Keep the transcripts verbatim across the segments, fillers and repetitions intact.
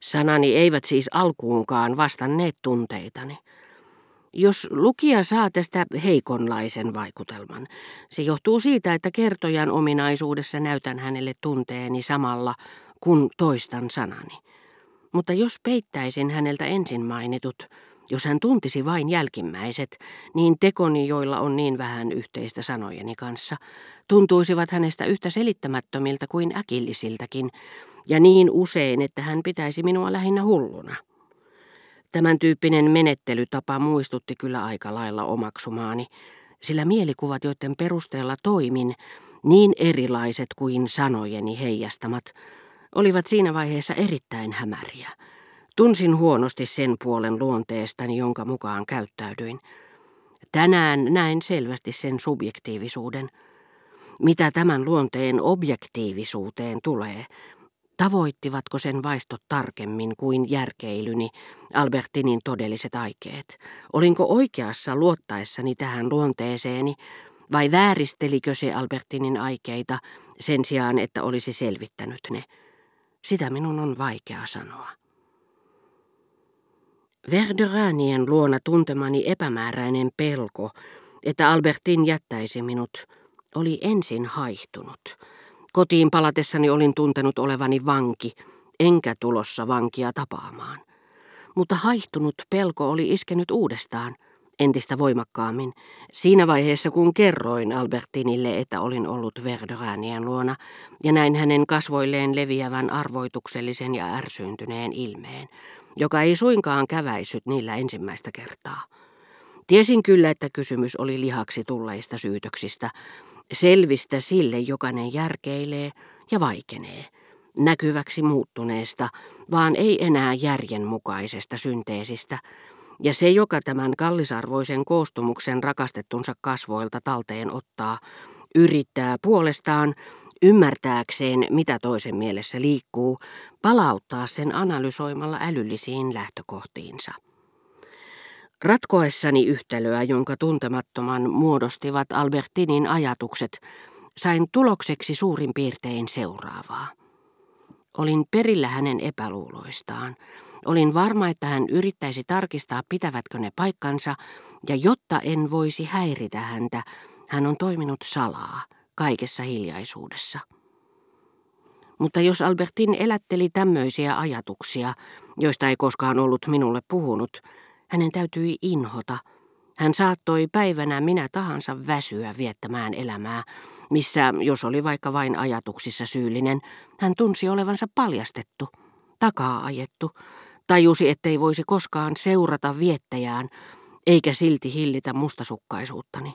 Sanani eivät siis alkuunkaan vastanneet tunteitani. Jos lukija saa tästä heikonlaisen vaikutelman, se johtuu siitä, että kertojan ominaisuudessa näytän hänelle tunteeni samalla, kun toistan sanani. Mutta jos peittäisin häneltä ensin mainitut, jos hän tuntisi vain jälkimmäiset, niin tekoni, joilla on niin vähän yhteistä sanojeni kanssa, tuntuisivat hänestä yhtä selittämättömiltä kuin äkillisiltäkin, ja niin usein, että hän pitäisi minua lähinnä hulluna. Tämän tyyppinen menettelytapa muistutti kyllä aika lailla omaksumaani, sillä mielikuvat, joiden perusteella toimin, niin erilaiset kuin sanojeni heijastamat, olivat siinä vaiheessa erittäin hämäriä. Tunsin huonosti sen puolen luonteestani, jonka mukaan käyttäydyin. Tänään näin selvästi sen subjektiivisuuden. Mitä tämän luonteen objektiivisuuteen tulee, tavoittivatko sen vaistot tarkemmin kuin järkeilyni Albertinin todelliset aikeet? Olinko oikeassa luottaessani tähän luonteeseeni, vai vääristelikö se Albertinin aikeita sen sijaan, että olisi selvittänyt ne? Sitä minun on vaikea sanoa. Verderanien luona tuntemani epämääräinen pelko, että Albertin jättäisi minut, oli ensin haihtunut. Kotiin palatessani olin tuntenut olevani vanki, enkä tulossa vankia tapaamaan. Mutta haihtunut pelko oli iskenyt uudestaan, entistä voimakkaammin, siinä vaiheessa kun kerroin Albertinille, että olin ollut Verderanien luona, ja näin hänen kasvoilleen leviävän arvoituksellisen ja ärsyyntyneen ilmeen, joka ei suinkaan käväissyt niillä ensimmäistä kertaa. Tiesin kyllä, että kysymys oli lihaksi tulleista syytöksistä, selvistä sille jokainen järkeilee ja vaikenee, näkyväksi muuttuneesta, vaan ei enää järjenmukaisesta synteesistä, ja se, joka tämän kallisarvoisen koostumuksen rakastettunsa kasvoilta talteen ottaa, yrittää puolestaan, ymmärtääkseen mitä toisen mielessä liikkuu, palauttaa sen analysoimalla älyllisiin lähtökohtiinsa. Ratkoessani yhtälöä, jonka tuntemattoman muodostivat Albertinin ajatukset, sain tulokseksi suurin piirtein seuraavaa. Olin perillä hänen epäluuloistaan. Olin varma, että hän yrittäisi tarkistaa, pitävätkö ne paikkansa, ja jotta en voisi häiritä häntä, hän on toiminut salaa, kaikessa hiljaisuudessa. Mutta jos Albertin elätteli tämmöisiä ajatuksia, joista ei koskaan ollut minulle puhunut, hänen täytyi inhota. Hän saattoi päivänä minä tahansa väsyä viettämään elämää, missä, jos oli vaikka vain ajatuksissa syyllinen, hän tunsi olevansa paljastettu, takaa ajettu, tajusi, ettei voisi koskaan seurata viettäjään, eikä silti hillitä mustasukkaisuuttani.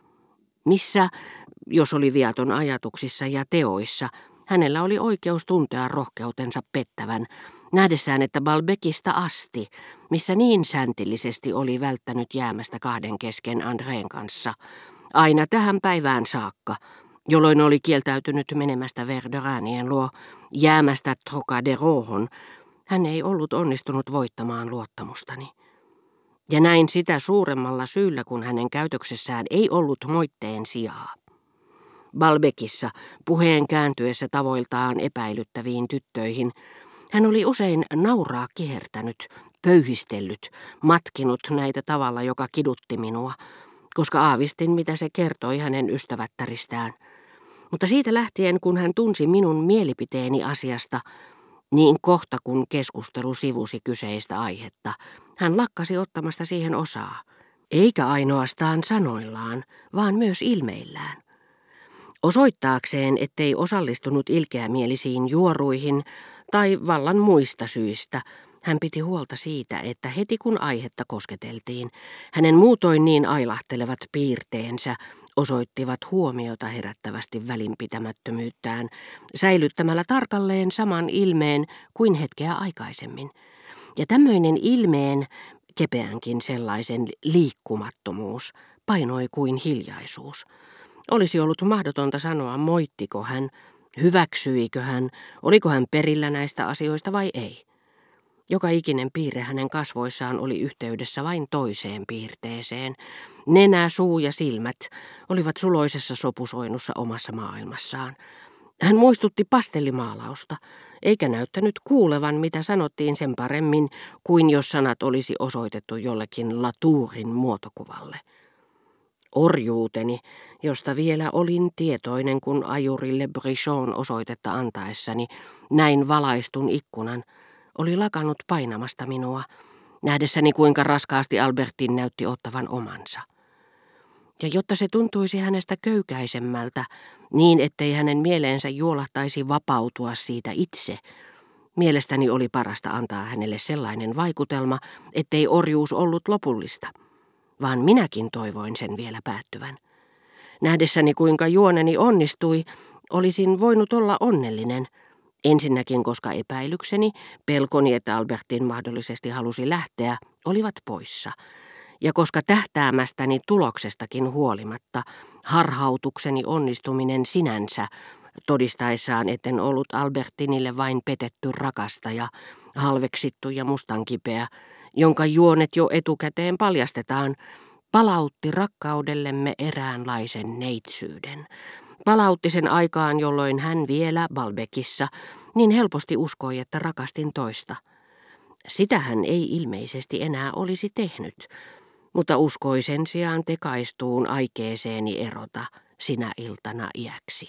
Missä, jos oli viaton ajatuksissa ja teoissa, hänellä oli oikeus tuntea rohkeutensa pettävän, nähdessään, että Balbekista asti, missä niin säntillisesti oli välttänyt jäämästä kahden kesken Andreen kanssa, aina tähän päivään saakka, jolloin oli kieltäytynyt menemästä Verderanien luo, jäämästä Trocaderohon, hän ei ollut onnistunut voittamaan luottamustani. Ja näin sitä suuremmalla syyllä, kun hänen käytöksessään ei ollut moitteen sijaa. Balbekissa, puheen kääntyessä tavoiltaan epäilyttäviin tyttöihin, hän oli usein nauraa kihertänyt, pöyhistellyt, matkinut näitä tavalla, joka kidutti minua, koska aavistin, mitä se kertoi hänen ystävättäristään. Mutta siitä lähtien, kun hän tunsi minun mielipiteeni asiasta, niin kohta kun keskustelu sivusi kyseistä aihetta, hän lakkasi ottamasta siihen osaa, eikä ainoastaan sanoillaan, vaan myös ilmeillään. Osoittaakseen, ettei osallistunut ilkeämielisiin juoruihin tai vallan muista syistä, hän piti huolta siitä, että heti kun aihetta kosketeltiin, hänen muutoin niin ailahtelevat piirteensä osoittivat huomiota herättävästi välinpitämättömyyttään, säilyttämällä tarkalleen saman ilmeen kuin hetkeä aikaisemmin. Ja tämmöinen ilmeen, kepeänkin sellaisen liikkumattomuus, painoi kuin hiljaisuus. Olisi ollut mahdotonta sanoa, moittiko hän, hyväksyiikö hän, oliko hän perillä näistä asioista vai ei. Joka ikinen piirre hänen kasvoissaan oli yhteydessä vain toiseen piirteeseen. Nenä, suu ja silmät olivat suloisessa sopusoinnussa omassa maailmassaan. Hän muistutti pastellimaalausta, eikä näyttänyt kuulevan, mitä sanottiin sen paremmin kuin jos sanat olisi osoitettu jollekin Latourin muotokuvalle. Orjuuteni, josta vielä olin tietoinen, kun ajurille Brichon osoitetta antaessani näin valaistun ikkunan, oli lakannut painamasta minua, nähdessäni kuinka raskaasti Albertine näytti ottavan omansa. Ja jotta se tuntuisi hänestä köykäisemmältä, niin ettei hänen mieleensä juolahtaisi vapautua siitä itse, mielestäni oli parasta antaa hänelle sellainen vaikutelma, ettei orjuus ollut lopullista, vaan minäkin toivoin sen vielä päättyvän. Nähdessäni kuinka juoneni onnistui, olisin voinut olla onnellinen, ensinnäkin koska epäilykseni, pelkoni, että Albertine mahdollisesti halusi lähteä, olivat poissa, ja koska tähtäämästäni tuloksestakin huolimatta harhautukseni onnistuminen sinänsä, todistaessaan, etten ollut Albertinille vain petetty rakastaja, halveksittu ja mustankipeä, jonka juonet jo etukäteen paljastetaan, palautti rakkaudellemme eräänlaisen neitsyyden. Palautti sen aikaan, jolloin hän vielä Balbekissa niin helposti uskoi, että rakastin toista. Sitä hän ei ilmeisesti enää olisi tehnyt, mutta uskoi sen sijaan tekaistuun aikeeseeni erota sinä iltana iäksi.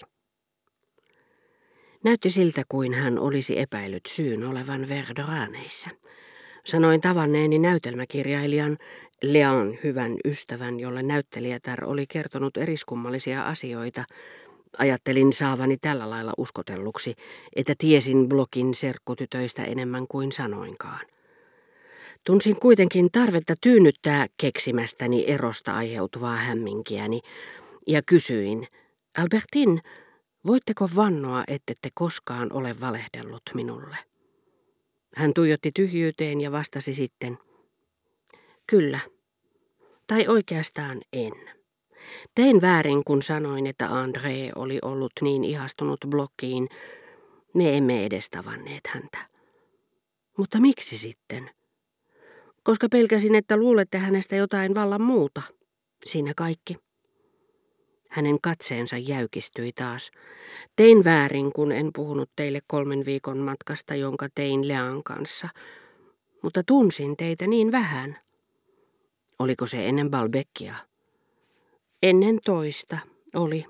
Näytti siltä, kuin hän olisi epäillyt syyn olevan Verdoraneissä. Sanoin tavanneeni näytelmäkirjailijan, Lean hyvän ystävän, jolle näyttelijätär oli kertonut eriskummallisia asioita. Ajattelin saavani tällä lailla uskotelluksi, että tiesin Blokin serkkutytöistä enemmän kuin sanoinkaan. Tunsin kuitenkin tarvetta tyynnyttää keksimästäni erosta aiheutuvaa hämminkiäni ja kysyin, Albertine, voitteko vannoa, ettette koskaan ole valehdellut minulle? Hän tuijotti tyhjyyteen ja vastasi sitten, kyllä, tai oikeastaan en. Tein väärin, kun sanoin, että André oli ollut niin ihastunut Blokkiin. Me emme edes tavanneet häntä. Mutta miksi sitten? Koska pelkäsin, että luulette hänestä jotain vallan muuta. Siinä kaikki. Hänen katseensa jäykistyi taas. Tein väärin, kun en puhunut teille kolmen viikon matkasta, jonka tein Lean kanssa. Mutta tunsin teitä niin vähän. Oliko se ennen Balbekia? Ennen toista oli.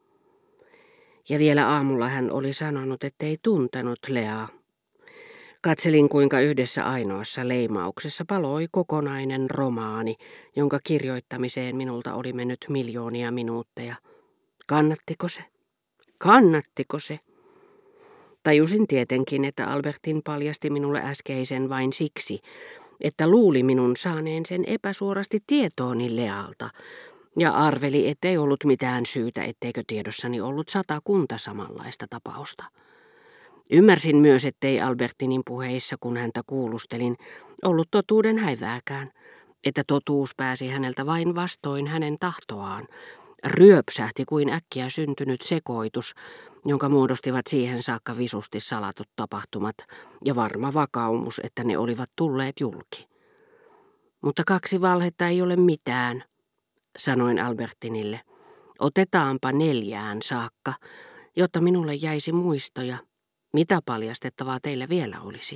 Ja vielä aamulla hän oli sanonut, ettei tuntenut Leaa. Katselin, kuinka yhdessä ainoassa leimauksessa paloi kokonainen romaani, jonka kirjoittamiseen minulta oli mennyt miljoonia minuutteja. Kannattiko se? Kannattiko se? Tajusin tietenkin, että Albertine paljasti minulle äskeisen vain siksi, että luuli minun saaneen sen epäsuorasti tietooni Lealta, ja arveli, ettei ollut mitään syytä, etteikö tiedossani ollut satakunta samanlaista tapausta. Ymmärsin myös, ettei Albertinin puheissa, kun häntä kuulustelin, ollut totuuden häivääkään, että totuus pääsi häneltä vain vastoin hänen tahtoaan, ryöpsähti kuin äkkiä syntynyt sekoitus, jonka muodostivat siihen saakka visusti salatut tapahtumat ja varma vakaumus, että ne olivat tulleet julki. Mutta kaksi valhetta ei ole mitään, sanoin Albertinille. Otetaanpa neljään saakka, jotta minulle jäisi muistoja. Mitä paljastettavaa teillä vielä olisi?